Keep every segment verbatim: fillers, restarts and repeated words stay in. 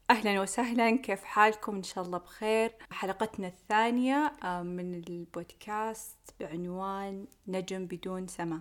أهلا وسهلا، كيف حالكم؟ إن شاء الله بخير. حلقتنا الثانية من البودكاست بعنوان نجم بدون سماء.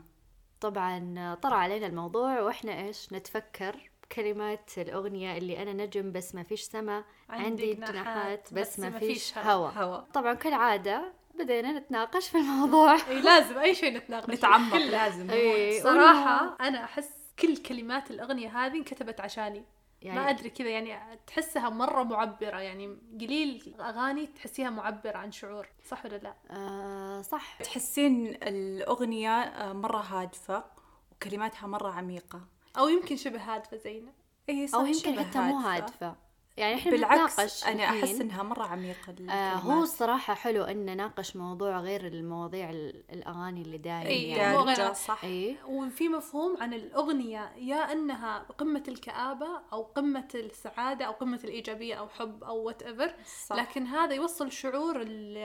طبعا طرى علينا الموضوع وإحنا إيش نتفكر بكلمات الأغنية اللي أنا نجم بس ما فيش سما، عندي جناحات بس ما فيش هوا. هوا طبعا كالعادة بدينا نتناقش في الموضوع. اي لازم اي شيء نتناقش نتعمق لازم. أي صراحة انا احس كل كلمات الاغنية هذه انكتبت عشاني، يعني ما ادري كذا، يعني تحسها مرة معبرة، يعني قليل اغاني تحسيها معبرة عن شعور، صح ولا لا؟ آه صح. تحسين الاغنية مرة هادفة وكلماتها مرة عميقة، او يمكن شبه هادفة زينا. اي صح، او يمكن حتى مو هادفة، يعني احنا بالعكس انا احس انها مره عميقه. آه هو الصراحه حلو ان نناقش موضوع غير المواضيع الاغاني اللي دايم أي يعني دارجة صح. أي. وفي مفهوم عن الاغنيه يا انها قمه الكآبه او قمه السعاده او قمه الايجابيه او حب او وات ايفر، لكن هذا يوصل شعور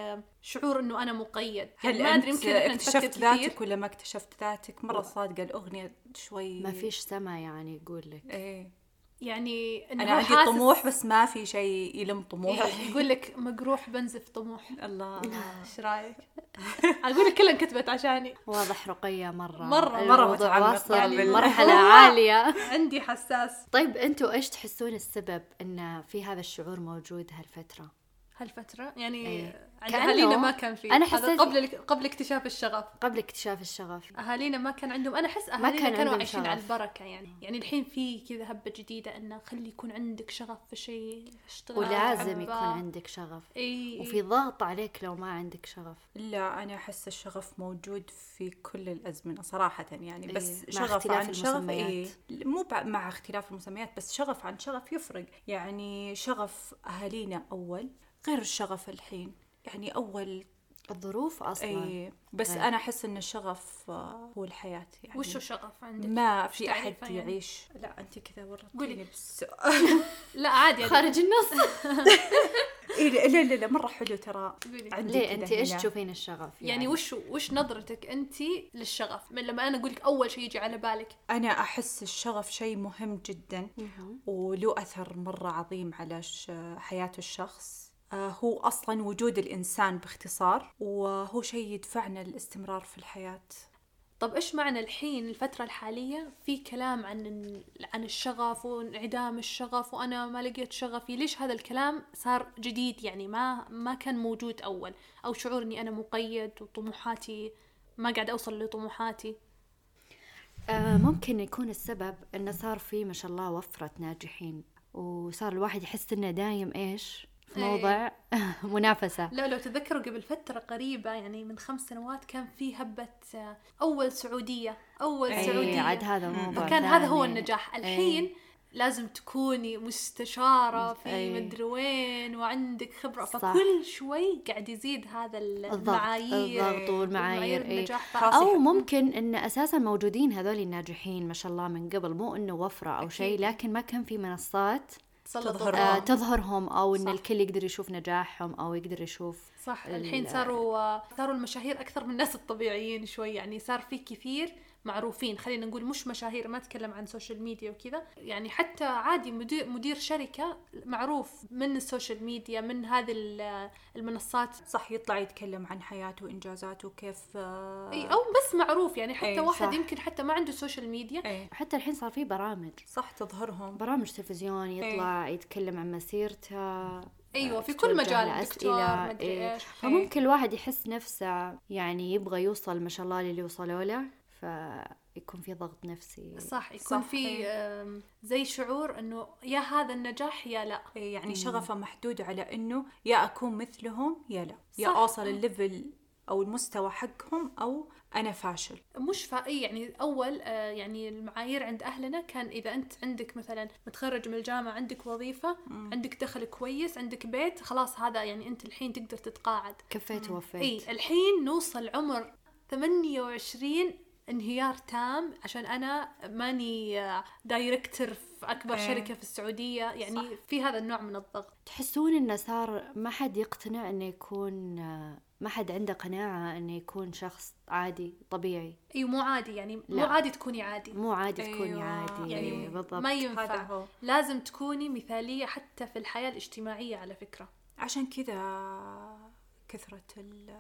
الشعور انه انا مقيد. هل ما ادري يمكن احنا اكتشفت ذاتك ولا ما اكتشفت ذاتك؟ مره صادقه الاغنيه شوي ما فيش سما، يعني يقول لك ايه يعني أنا عندي طموح بس ما في شيء يلم طموح. إيه يقول لك مجروح بنزف طموح. الله ايش رايك؟ اقول لك كلها انكتبت عشاني. واضح رقية مرة مرة مرة متعمق يعني مرحلة عالية. عندي حساس. طيب انتوا ايش تحسون السبب ان في هذا الشعور موجود هالفترة؟ هالفترة يعني ايه. عند أهالينا ما كان فيه. أنا حسيت قبل قبل اكتشاف الشغف. قبل اكتشاف الشغف أهالينا ما كان عندهم. أنا أحس أهالينا كان كانوا عايشين على البركة يعني. يعني الحين في كذا هبة جديدة إنه خلي يكون عندك شغف في شيء، اشتغل ولازم يكون عندك شغف. إيه. وفي ضغط عليك لو ما عندك شغف. لا أنا أحس الشغف موجود في كل الأزمنة صراحة يعني، بس إيه. شغف عن شغف إيه مو مع اختلاف المسميات، بس شغف عن شغف يفرق. يعني شغف أهالينا أول غير الشغف الحين، يعني أول الظروف أصلاً. أي بس غير. أنا أحس إن الشغف هو الحياة يعني. وش الشغف عندك؟ ما في أحد يعيش يعني. لا أنت كذا ورطتيني بس لا عادي خارج النص. إيه لا لا لا مرة حلو ترى. ليه أنت إيش تشوفين الشغف؟ يعني, يعني وش وش نظرتك أنت للشغف؟ من لما أنا أقولك أول شيء يجي على بالك. أنا أحس الشغف شيء مهم جدا وله أثر مرة عظيم على حياة الشخص. هو أصلاً وجود الإنسان باختصار، وهو شيء يدفعنا للاستمرار في الحياة. طب إيش معنى الحين الفترة الحالية في كلام عن عن الشغف وانعدام الشغف وأنا ما لقيت شغفي؟ ليش هذا الكلام صار جديد؟ يعني ما ما كان موجود أول، أو شعور إني أنا مقيد وطموحاتي ما قاعد أوصل لطموحاتي. آه ممكن يكون السبب إنه صار في ما شاء الله وفرة ناجحين، وصار الواحد يحس إنه دايم إيش في موضع منافسة. لا لو تذكروا قبل فترة قريبة يعني من خمس سنوات كان في هبة أول سعودية أول أي سعودية عاد هذا موضوع كان هذا هو النجاح. الحين أي. لازم تكوني مستشارة في أي. مدري وين وعندك خبرة، صح. فكل شوي قاعد يزيد هذا المعايير الضغط والمعايير النجاح. أو ممكن إن أساسا موجودين هذول الناجحين ما شاء الله من قبل، مو إنه وفرة أو شيء، لكن ما كان في منصات تظهرهم. آه تظهرهم أو إن الكل يقدر يشوف نجاحهم أو يقدر يشوف. صح. الحين صاروا صاروا المشاهير أكثر من الناس الطبيعيين شوي، يعني صار في كثير معروفين، خلينا نقول مش مشاهير، ما أتكلم عن سوشيال ميديا وكذا، يعني حتى عادي مدير مدير شركة معروف من السوشيال ميديا من هذه المنصات، صح. يطلع يتكلم عن حياته وإنجازاته وكيف أي أو بس معروف يعني حتى أي واحد صح. يمكن حتى ما عنده سوشيال ميديا أي. حتى الحين صار في برامج صح تظهرهم، برامج تلفزيون يطلع أي. يتكلم عن مسيرته. ايوه في كل مجال دكتور ما ادري ايش. فممكن الواحد يحس نفسه يعني يبغى يوصل ما شاء الله للي وصلوا له، فيكون في ضغط نفسي. صح. يكون صح. في زي شعور انه يا هذا النجاح يا لا، يعني شغفه محدود على انه يا اكون مثلهم يا لا، يا اوصل الليفل او المستوى حقهم او أنا فاشل. مش فائي يعني أول آه يعني المعايير عند أهلنا كان إذا أنت عندك مثلا متخرج من الجامعة، عندك وظيفة، مم. عندك دخل كويس، عندك بيت، خلاص هذا يعني أنت الحين تقدر تتقاعد، كفيت ووفيت. إيه الحين نوصل عمر ثمانية وعشرين انهيار تام عشان أنا ماني دايركتور في أكبر ايه. شركة في السعودية، يعني صح. في هذا النوع من الضغط. تحسون إنه صار ما حد يقتنع إنه يكون ما حد عنده قناعة أنه يكون شخص عادي طبيعي. أيوة مو عادي يعني مو لا. عادي تكوني عادي مو عادي تكوني أيوة. عادي يعني بالضبط. ما ينفع، لازم تكوني مثالية حتى في الحياة الاجتماعية على فكرة. عشان كذا كثرة ال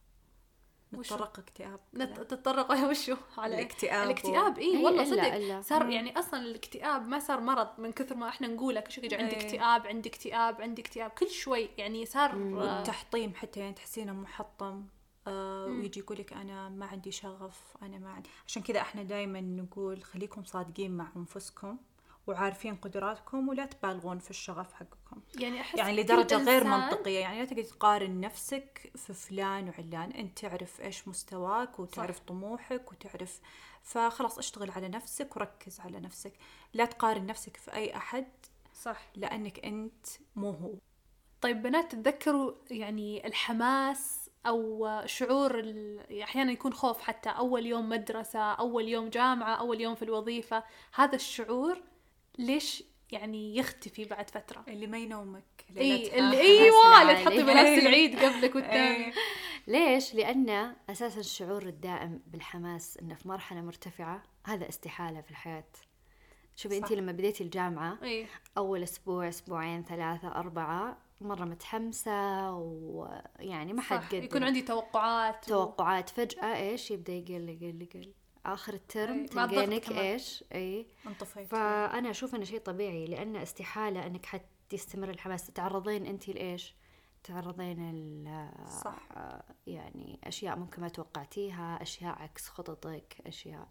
نتطرق اكتئاب تتطرق يا وشو على الاكتئاب الاكتئاب اي أيه والله صدق إلا. صار يعني اصلا الاكتئاب ما صار مرض من كثر ما احنا نقوله كل شوي عندي اكتئاب عندي اكتئاب عندي اكتئاب كل شوي يعني صار والتحطيم حتى يعني تحسينه محطم آه ويجي يقولك انا ما عندي شغف انا ما عندي. عشان كذا احنا دائما نقول خليكم صادقين مع انفسكم وعارفين قدراتكم ولا تبالغون في الشغف حقكم. يعني أحس يعني لدرجة غير منطقية، يعني لا تقدر تقارن نفسك في فلان وعلان، أنت تعرف إيش مستواك وتعرف صح. طموحك وتعرف، فخلاص اشتغل على نفسك وركز على نفسك، لا تقارن نفسك في أي أحد صح لأنك أنت مو هو. طيب بنات تتذكروا يعني الحماس أو شعور أحيانا يكون خوف حتى أول يوم مدرسة أول يوم جامعة أول يوم في الوظيفة، هذا الشعور ليش يعني يختفي بعد فترة؟ اللي ما ينومك إيه اللي أيوة اللي تحطي بنفس العيد قبلك والتاني. ليش؟ لأن أساسا الشعور الدائم بالحماس إنه في مرحلة مرتفعة هذا استحالة في الحياة. شوفي أنتي لما بديتي الجامعة إيه؟ أول أسبوع أسبوعين ثلاثة أربعة مرة متحمسة ويعني ما حد قد يكون عندي توقعات توقعات و... فجأة إيش يبدأ يقل يقل يقل آخر الترم تلقينك إيش أي انطفيت. فأنا أشوف إنه شيء طبيعي لأن استحالة إنك حتى يستمر الحماس، تعرضين أنتي لإيش تعرضين ال صح. يعني أشياء ممكن ما توقعتيها، أشياء عكس خططك، أشياء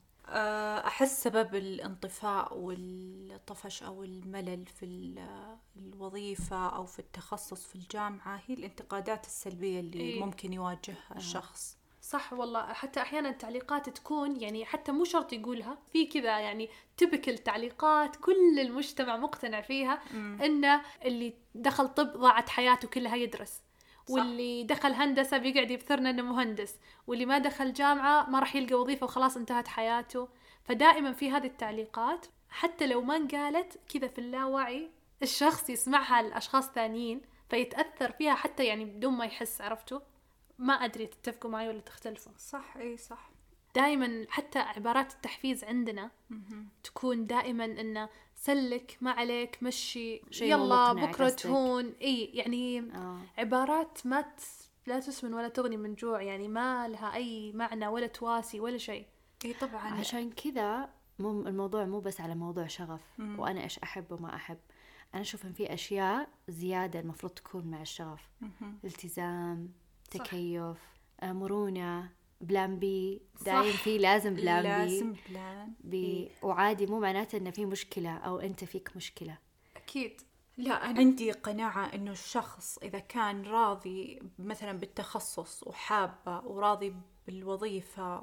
أحس سبب الانطفاء والطفش أو الملل في الوظيفة أو في التخصص في الجامعة هي الانتقادات السلبية اللي إيه؟ ممكن يواجهها آه. الشخص. صح والله، حتى أحيانا التعليقات تكون يعني حتى مو شرط يقولها في كذا يعني تبكل تعليقات كل المجتمع مقتنع فيها م. إن اللي دخل طب ضاعت حياته كلها يدرس، واللي دخل هندسة بيقعد يبثرنا إنه مهندس، واللي ما دخل جامعة ما راح يلقى وظيفة وخلاص انتهت حياته. فدائما في هذه التعليقات حتى لو ما انقالت كذا في اللاوعي الشخص يسمعها الأشخاص ثانيين فيتأثر فيها حتى يعني بدون ما يحس. عرفتوا؟ ما أدري تتفقوا معي ولا تختلفوا؟ صح إيه صح. دائما حتى عبارات التحفيز عندنا م-م. تكون دائما إنه سلك ما عليك مشي يلا بكرة تهون إيه يعني آه. عبارات ما ت... لا تسمن ولا تغني من جوع، يعني ما لها أي معنى ولا تواسي ولا شيء. إيه طبعا. عشان كذا مو الموضوع مو بس على موضوع شغف م. وأنا إيش أحب وما أحب. أنا أشوف إن في أشياء زيادة المفروض تكون مع الشغف. م-م. التزام، تكيف، مرونة، بلان بي دايم في لازم بلان لازم بلان بي. وعادي مو معناته إن في مشكلة أو أنت فيك مشكلة. أكيد لا أنا عندي قناعة إنه الشخص إذا كان راضي مثلا بالتخصص وحابة وراضي بالوظيفة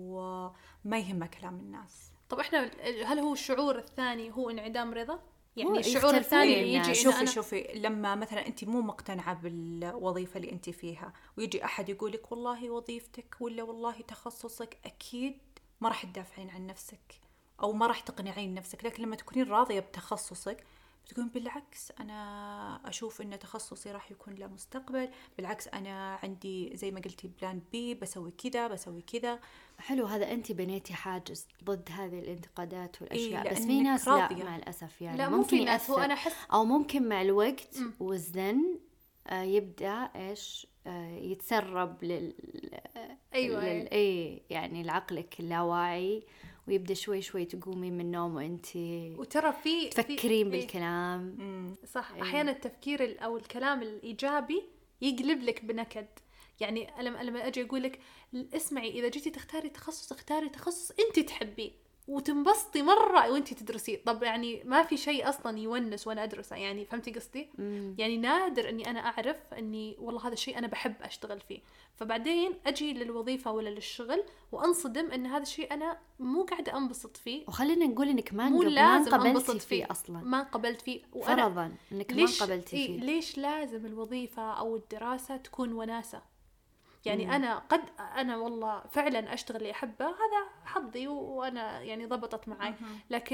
وما يهمه كلام الناس. طب إحنا هل هو الشعور الثاني هو انعدام رضا؟ يعني الشعور الثاني اللي يجي شوفي أنا... شوفي لما مثلا أنت مو مقتنعة بالوظيفة اللي أنت فيها ويجي أحد يقولك والله وظيفتك ولا والله تخصصك، أكيد ما راح تدافعين عن نفسك أو ما راح تقنعين نفسك. لكن لما تكونين راضية بتخصصك بتقولين بالعكس أنا أشوف إن تخصصي راح يكون له مستقبل، بالعكس أنا عندي زي ما قلتي بلان بي بسوي كذا بسوي كذا. حلو هذا أنت بنيتي حاجز ضد هذه الانتقادات والأشياء. إيه بس في ناس لا مع الأسف يعني لا ممكن يأثر أنا حس... أو ممكن مع الوقت م. والزن آه يبدأ إيش آه يتسرب لل أيوة لل... إيه يعني لعقلك اللاواعي ويبدأ شوي شوي تقومي من النوم وأنتي وترى في تفكرين في... بالكلام إيه؟ صح إيه؟ أحيانا التفكير أو الكلام الإيجابي يقلب لك بنكد. يعني لما لما أجي أقول لك اسمعي إذا جيتي تختاري تخصص اختاري تخصص أنت تحبيه وتنبسطي مرة وأنت تدرسيه. طب يعني ما في شيء أصلا يونس وأنا أدرسه، يعني فهمتي قصدي؟ مم. يعني نادر أني أنا أعرف أني والله هذا الشيء أنا بحب أشتغل فيه، فبعدين أجي للوظيفة ولا للشغل وأنصدم أن هذا الشيء أنا مو قاعدة أنبسط فيه. وخلينا نقول إنك ما مو لازم قبلتي فيه. فيه أصلا ما قبلت فيه فرضا إنك ما قبلتي إيه فيه. ليش لازم الوظيفة أو الدراسة تكون وناسة؟ يعني مم. أنا قد أنا والله فعلا أشتغل اللي أحبه هذا حظي وأنا يعني ضبطت معي، لكن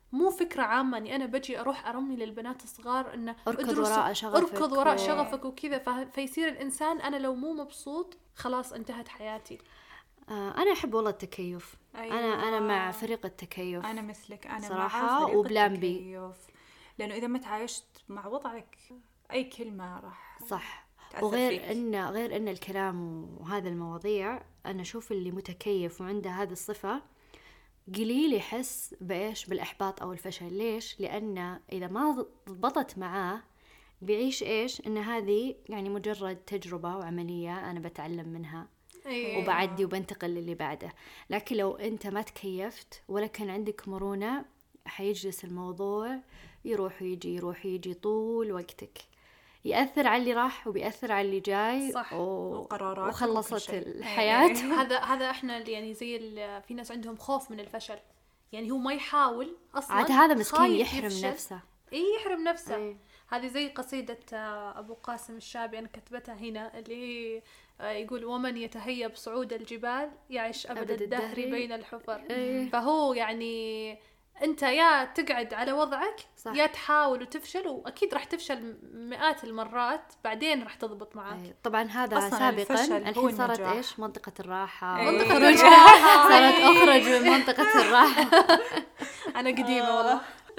مو فكرة عامة أني أنا بجي أروح أرمي للبنات الصغار أنه أركض وراء شغفك أركض وراء شغفك وكذا، فيصير الإنسان أنا لو مو مبسوط خلاص انتهت حياتي. آه أنا أحب والله التكيف. أيوة. أنا أنا مع فريق التكيف. أنا مثلك، أنا صراحة مع فريق وبلان بي. التكيف، لأنه إذا ما تعايشت مع وضعك أي كلمة راح صح. وغير إن غير إن الكلام وهذا المواضيع، أنا أشوف اللي متكيف وعنده هذه الصفة قليل يحس بإيش بالإحباط أو الفشل. ليش؟ لأن إذا ما ضبطت معاه بيعيش إيش إن هذه يعني مجرد تجربة وعملية أنا بتعلم منها. أيوة. وبعدي وبنتقل للي بعده. لكن لو أنت ما تكيفت ولا كان عندك مرونة حيجلس الموضوع يروح ويجي يروح ويجي طول وقتك، يأثر على اللي راح وبيأثر على اللي جاي. صح. و... وقرارات وخلصت الحياة. هذا هذا احنا يعني زي في ناس عندهم خوف من الفشل، يعني هو ما يحاول اصلا. عاد هذا مسكين يحرم يفشل. نفسه. اي يحرم نفسه. أي. هذه زي قصيدة ابو قاسم الشابي انا كتبتها هنا، اللي يقول ومن يتهيب صعود الجبال يعيش ابد, أبد الدهر بين الحفر. أي. فهو يعني انت يا تقعد على وضعك صح. يا تحاول وتفشل، واكيد راح تفشل مئات المرات بعدين راح تضبط معاك. أي. طبعا هذا سابقا. الحين صارت ايش منطقة الراحة. أي. منطقة الراحة صارت اخرج من منطقة الراحة. انا قديمة والله.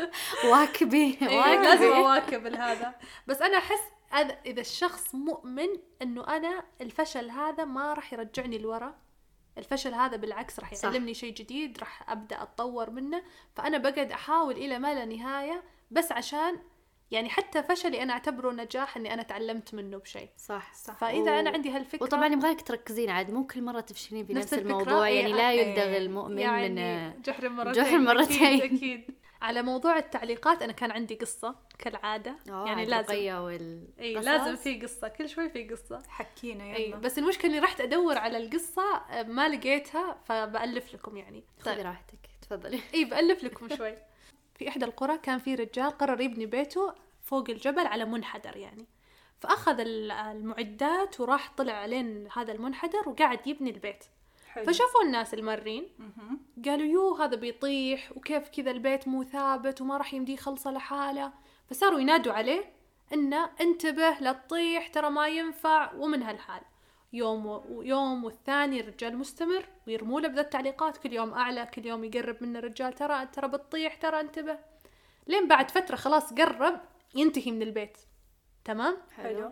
واكبي واكبي لازم اواكب هذا. بس انا احس اذا الشخص مؤمن انه انا الفشل هذا ما راح يرجعني لورا، الفشل هذا بالعكس راح يعلمني شيء جديد، راح أبدأ أتطور منه، فأنا بقعد أحاول إلى ما لا نهاية بس عشان يعني حتى فشلي أنا أعتبره نجاح إني أنا تعلمت منه بشيء. صح, صح. فإذا و... أنا عندي هالفكرة. وطبعا يبغالك تركزين عاد مو كل مرة تفشلين في نفس الموضوع. يعني لا يلدغ المؤمن يعني من جحر مرتين. جحر مرتين. أكيد, أكيد. على موضوع التعليقات أنا كان عندي قصة كالعادة. يعني لازم وال... أي لازم في قصة، كل شوي في قصة حكينا يلا. أي بس المشكلة إني رحت أدور على القصة ما لقيتها، فبألف لكم يعني. خذي راحتك تفضلي. أي بألف لكم شوي. في إحدى القرى كان في رجال قرر يبني بيته فوق الجبل على منحدر يعني، فأخذ المعدات وراح طلع علين هذا المنحدر وقاعد يبني البيت. حلو. فشافوا الناس المارين قالوا يو هذا بيطيح وكيف كذا البيت مو ثابت وما راح يمديه خلصه لحاله، فصاروا ينادوا عليه إنه انتبه لا تطيح ترى ما ينفع. ومن هالحال يوم ويوم والثاني الرجال مستمر ويرموا له بذا التعليقات كل يوم أعلى، كل يوم يقرب من الرجال ترى ترى بتطيح ترى انتبه، لين بعد فترة خلاص قرب ينتهي من البيت. تمام؟ حلو.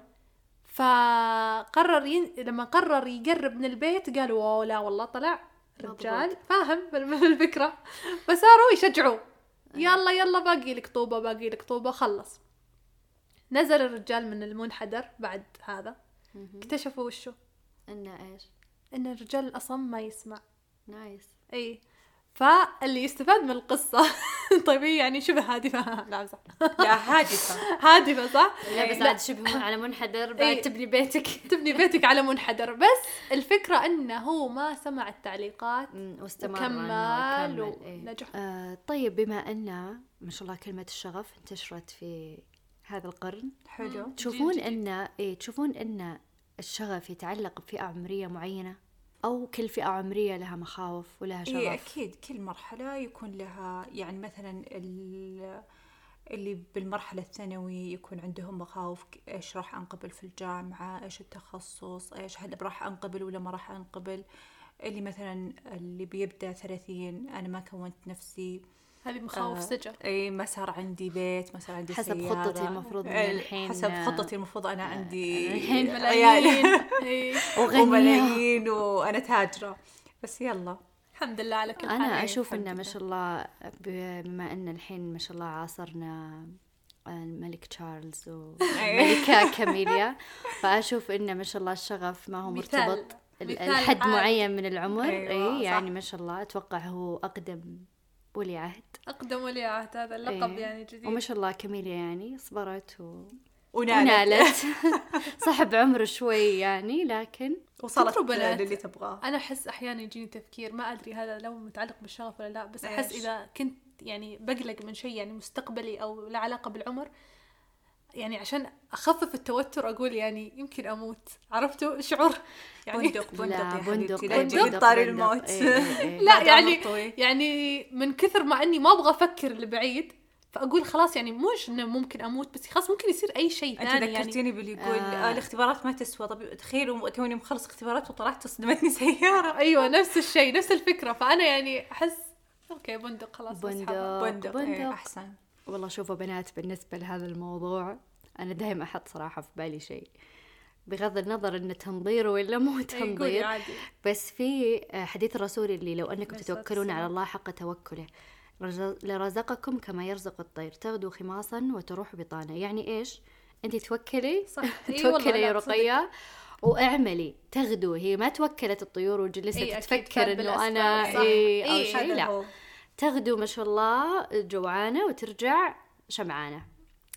فقرر ين... لما قرر يقرب من البيت قالوا واو لا والله طلع رجال فاهم بالفكرة، فصاروا يشجعوه يلا يلا باقي لك طوبة باقي لك طوبة خلص. نزل الرجال من المنحدر بعد هذا اكتشفوا وشو إنه إيش؟ إن الرجال الأصم ما يسمع. نايس. أي فاللي يستفاد من القصة طيب يعني شبه هادفة. لا صح. لا هادفة هادفة صح. لا بس عاد شبه على منحدر بعد تبني بيتك تبني بيتك على منحدر. بس الفكرة إنه هو ما سمع التعليقات واستمر وكمل ونجح. آه طيب بما أن ما شاء الله كلمة الشغف انتشرت في هذا القرن. حلو. تشوفون إن إيه تشوفون إن الشغف يتعلق بفئة عمرية معينة أو كل فئة عمرية لها مخاوف ولها شغف؟ إيه أكيد كل مرحلة يكون لها يعني مثلا اللي بالمرحلة الثانوية يكون عندهم مخاوف، إيش راح أنقبل في الجامعة، إيش التخصص، إيش هل راح أنقبل ولا ما راح أنقبل. اللي مثلا اللي بيبدأ ثلاثين أنا ما كونت نفسي، هذه مخاوف آه سجل. اي ما صار عندي بيت ما صار عندي حسب سيارة. خطتي المفروض من الحين حسب خطتي المفروض انا عندي الحين ملايين وملايين وانا تاجرة. بس يلا الحمد لله على كل حال. انا اشوف انه ما شاء الله بما ان الحين ما شاء الله عاصرنا الملك تشارلز وملكة كاميليا، فاشوف انه ما شاء الله الشغف ما هو مرتبط لحد معين من العمر. اي يعني ما شاء الله اتوقع هو اقدم ولي عهد أقدم ولي عهد، هذا اللقب ايه. يعني جديد. وما شاء الله كاميليا يعني صبرت و... ونالت, ونالت. صاحب عمر شوي يعني لكن وصلت للي تبغاه. أنا أحس أحيانا يجيني تفكير ما أدري هذا لو متعلق بالشغف ولا لا، بس أحس إذا كنت يعني بقلق من شيء يعني مستقبلي أو لا علاقة بالعمر، يعني عشان أخفف التوتر أقول يعني يمكن أموت، عرفتوا شعور يعني بندق بندق يا بندق حبيبتي لا طار الموت. إيه إيه. لا يعني يعني من كثر ما أني ما أبغى أفكر لبعيد فأقول خلاص يعني مش إنه ممكن أموت بس خلاص ممكن يصير أي شيء ثاني. أنت ذكرتيني يعني باللي يقول آه. آه الاختبارات ما تسوى. طب تخيلوا توني مخلص اختبارات وطلعت صدمتني سيارة. أيوة نفس الشيء نفس الفكرة. فأنا يعني أحس أوكي بندق خلاص بندق بندق, بندق. إيه أحسن. والله شوفوا بنات بالنسبة لهذا الموضوع أنا دائما أحط صراحة في بالي شيء بغض النظر إنه تنظير ولا مو تنظير، بس في حديث الرسول اللي لو أنكم تتوكلون على الله حق توكله لرزقكم كما يرزق الطير تغدو خماصا وتروح بطانة. يعني إيش؟ أنت توكلي توكلي يا رقية واعملي تغدو. هي ما توكلت الطيور وجلست إيه تفكر إنه أنا إيه أو إيه شيء، لا هو. تغدو ما شاء الله جوعانة وترجع شمعانة.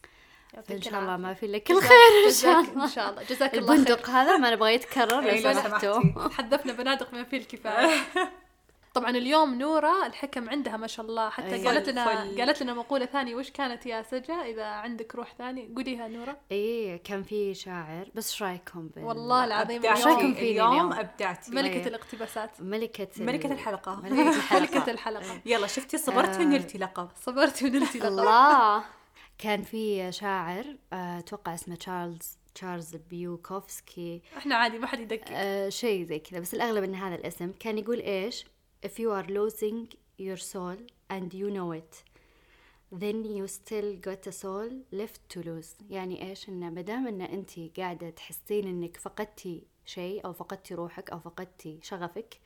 إن شاء الله ما في لك الخير إن شاء الله. إن شاء الله جزاك الله خير. البندق هذا ما نبغى يتكرر لو سمحتوا. حذفنا بنادق ما فيه الكفاية. طبعا اليوم نورة الحكم عندها ما شاء الله حتى أيه. قالت لنا فل. قالت لنا مقولة ثانية. وش كانت يا سجا؟ إذا عندك روح ثاني قوليها نورة. إيه كان في شاعر بس ايش رايكم بال... والله العظيم ايش رايكم فيني اليوم, اليوم أبدعتي. ملكة أيه. الاقتباسات ملكة ال... ملكة الحلقة ملكة الحلقة, ملكة الحلقة. يلا شفتي صبرتي ونلتي لقب صبرتي ونلتي لقب. الله. كان في شاعر أتوقع اسمه تشارلز تشارلز بيوكوفسكي. احنا عادي ما حد يدقق آه شيء زي كذا بس الأغلب إن هذا الاسم. كان يقول إيش if you are losing your soul and you know it then you still got a soul left to lose. يعني إيش؟ إن مدام إن أنتي قاعدة تحسين إنك فقدتي شيء أو فقدتي روحك أو فقدتي شغفك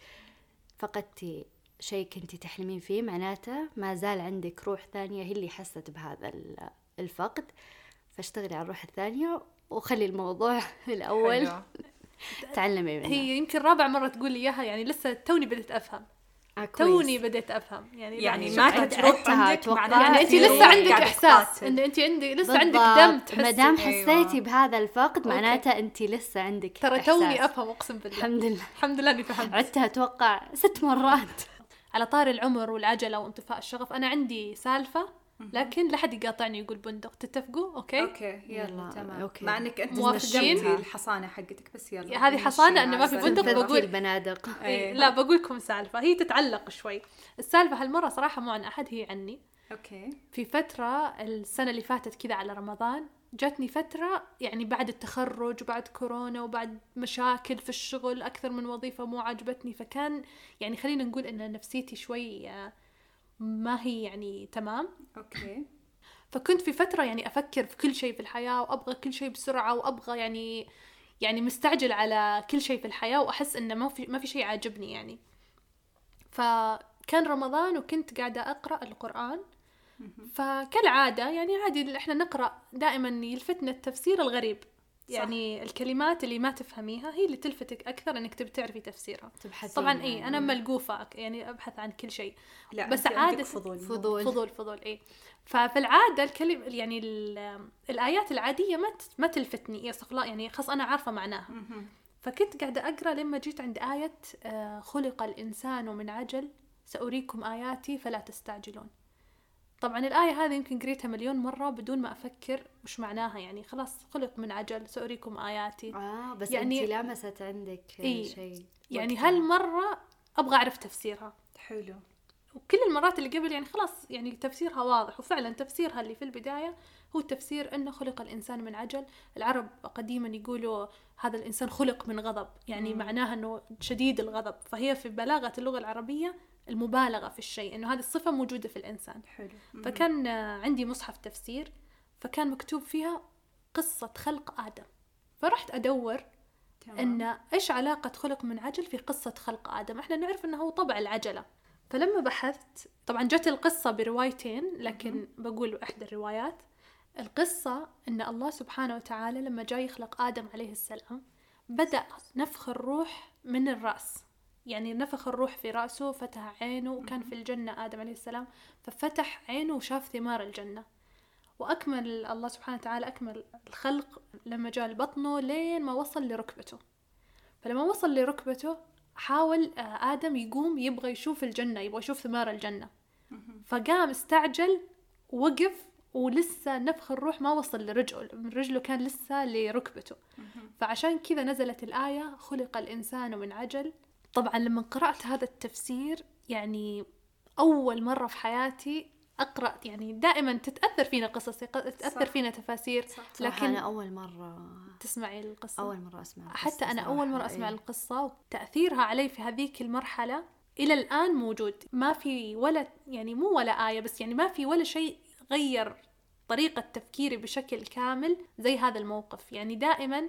فقدتي شيء كنتي تحلمين فيه معناته ما زال عندك روح ثانية هي اللي حست بهذا الفقد. فاشتغلي على الروح الثانية وخلي الموضوع الأول تعلمي منه. هي يمكن رابع مرة تقول لي إياها يعني لسه توني بديت أفهم آه توني بديت أفهم يعني يعني ما تروح عندك معناته يعني أنت لسه عندك إحساس إن أنت عندك لسه عندك دم تحسي. ما دام حسيتي أيوة. بهذا الفقد معناته أنت لسه عندك ترى توني أفهم أقسم بالله. الحمد لله الحمد لله إني فهمت. عدتها أتوقع ست مرات. على طار العمر والعجلة وانطفاء الشغف أنا عندي سالفة لكن لا حد يقاطعني يقول بندق. تتفقوا؟ أوكي أوكي يلا تمام. أوكي. مع أنك أنت موافقين الحصانة حقتك بس يلا هذه حصانة أنه ما في بندق. بقول البنادق أيه. لا بقولكم سالفة هي تتعلق شوي. السالفة هالمرة صراحة مو عن أحد هي عني. أوكي. في فترة السنة اللي فاتت كذا على رمضان جاتني فترة يعني بعد التخرج وبعد كورونا وبعد مشاكل في الشغل أكثر من وظيفة مو عجبتني. فكان يعني خلينا نقول أن نفسيتي شوي ما هي يعني تمام. أوكي. فكنت في فترة يعني أفكر في كل شيء في الحياة وأبغى كل شيء بسرعة وأبغى يعني يعني مستعجل على كل شيء في الحياة وأحس إنه ما في ما في شيء عاجبني يعني. فكان رمضان وكنت قاعدة أقرأ القرآن. فكالعادة يعني عادي إحنا نقرأ دائما يلفتنا التفسير الغريب. يعني صح. الكلمات اللي ما تفهميها هي اللي تلفتك أكثر إنك تبي تعرفي تفسيرها. طبعا يعني. إيه أنا ملقوفة يعني أبحث عن كل شيء. بس عادة فضول فضول فضول, فضول إيه. ففي العادة الكلمة يعني الآيات العادية ما ما تلفتني يا صفلاء يعني خلاص أنا عارفة معناها. فكنت قاعدة أقرأ لما جيت عند آية خلق الإنسان من عجل سأريكم آياتي فلا تستعجلون. طبعا الآية هذه يمكن قريتها مليون مرة بدون ما أفكر وش معناها يعني خلاص خلق من عجل سأريكم آياتي. آه بس يعني أنت لامست عندك إيه شيء يعني هالمرة أبغى أعرف تفسيرها. حلو. وكل المرات اللي قبل يعني خلاص يعني تفسيرها واضح. وفعلا تفسيرها اللي في البداية هو تفسير أنه خلق الإنسان من عجل. العرب قديما يقولوا هذا الإنسان خلق من غضب يعني مم. معناها أنه شديد الغضب. فهي في بلاغة اللغة العربية المبالغة في الشيء أنه هذه الصفة موجودة في الإنسان. حلو. فكان عندي مصحف تفسير فكان مكتوب فيها قصة خلق آدم. فرحت أدور تمام. أن إيش علاقة خلق من عجل في قصة خلق آدم. إحنا نعرف أنه هو طبع العجلة. فلما بحثت طبعا جت القصة بروايتين لكن بقول إحدى الروايات. القصة أن الله سبحانه وتعالى لما جاي يخلق آدم عليه السلام بدأ نفخ الروح من الرأس. يعني نفخ الروح في رأسه فتح عينه وكان في الجنة آدم عليه السلام. ففتح عينه وشاف ثمار الجنة. وأكمل الله سبحانه وتعالى أكمل الخلق لما جاء لبطنه لين ما وصل لركبته. فلما وصل لركبته حاول آدم يقوم يبغى يشوف الجنة يبغى يشوف ثمار الجنة. فقام استعجل ووقف ولسه نفخ الروح ما وصل لرجله، من رجله كان لسه لركبته. فعشان كذا نزلت الآية خلق الإنسان من عجل. طبعا لما قرأت هذا التفسير يعني أول مرة في حياتي أقرأ، يعني دائما تتأثر فينا قصص، تتأثر فينا تفاسير، صح. لكن أنا أول مرة تسمعي القصة، أول مرة أسمع القصة حتى أنا أول مرة أسمع إيه؟ القصة، وتأثيرها علي في هذيك المرحلة إلى الآن موجود. ما في ولا يعني مو ولا آية بس، يعني ما في ولا شيء غير طريقة تفكيري بشكل كامل زي هذا الموقف. يعني دائما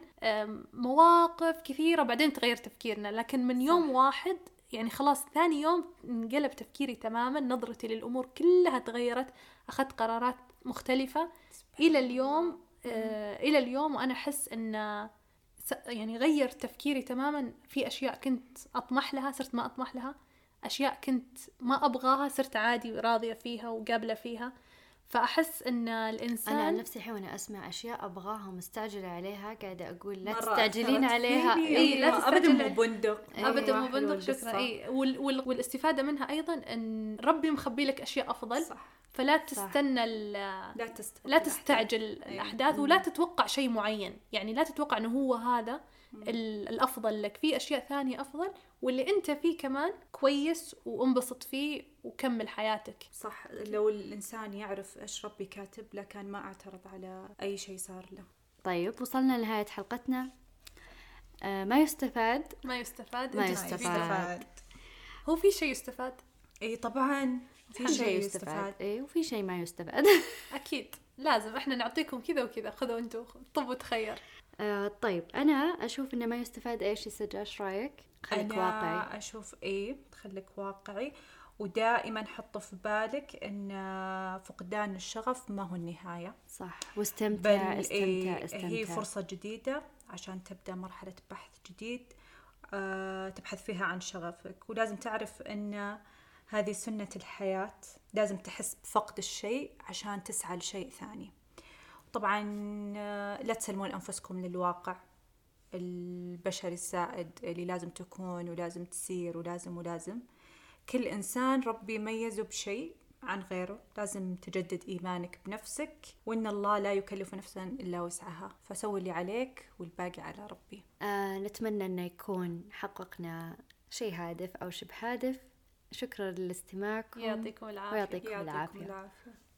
مواقف كثيرة بعدين تغير تفكيرنا، لكن من يوم صح. واحد يعني خلاص ثاني يوم انقلب تفكيري تماما، نظرتي للأمور كلها تغيرت، أخذت قرارات مختلفة إلى اليوم. آه إلى اليوم وأنا أحس أن يعني غير تفكيري تماما. في أشياء كنت أطمح لها صرت ما أطمح لها، أشياء كنت ما أبغاها صرت عادي راضية فيها وقابلة فيها. فأحس أن الإنسان، أنا نفسي حين وأنا أسمع أشياء أبغاها مستعجلة عليها قاعدة أقول لا تستعجلين عليها. إيه لا أبدا مو بندق، أبدا مو بندق. شكرا. إيه وال وال والاستفادة منها أيضا أن ربي مخبي لك أشياء أفضل. صح. فلا تستنى لا, تست... لا تستعجل الأحداث. ولا تتوقع شيء معين، يعني لا تتوقع أنه هو هذا الأفضل لك، في أشياء ثانية أفضل، واللي أنت فيه كمان كويس وانبسط فيه وكمل حياتك. صح. لو الإنسان يعرف إيش ربي كاتب له كان ما اعترض على أي شيء صار له. طيب وصلنا لنهاية حلقتنا. آه ما يستفاد ما يستفاد ما يستفاد, يستفاد. هو في شيء يستفاد؟ إيه طبعا في شيء يستفاد, يستفاد. إيه وفي شيء ما يستفاد. أكيد لازم إحنا نعطيكم كذا وكذا، خذوا أنتوا طب وتخير. آه طيب أنا أشوف إنه ما يستفاد. إيش يسجل؟ إيش رأيك؟ خليك واقعي. أنا أشوف إيه خليك واقعي، ودائما حط في بالك إن فقدان الشغف ما هو النهاية. صح. واستمتع استمتع إيه استمتع. هي فرصة جديدة عشان تبدأ مرحلة بحث جديد أه تبحث فيها عن شغفك. ولازم تعرف إن هذه سنة الحياة، لازم تحس بفقد الشيء عشان تسعى لشيء ثاني. طبعا لا تسلمون أنفسكم للواقع البشري السائد اللي لازم تكون ولازم تسير ولازم ولازم. كل إنسان ربي يميزه بشيء عن غيره. لازم تجدد إيمانك بنفسك، وإن الله لا يكلف نفسا إلا وسعها، فسوي اللي عليك والباقي على ربي. آه نتمنى أن يكون حققنا شيء هادف أو شبه هادف. شكرا لاستماعكم. يعطيكم العافية. ويعطيكم العافية.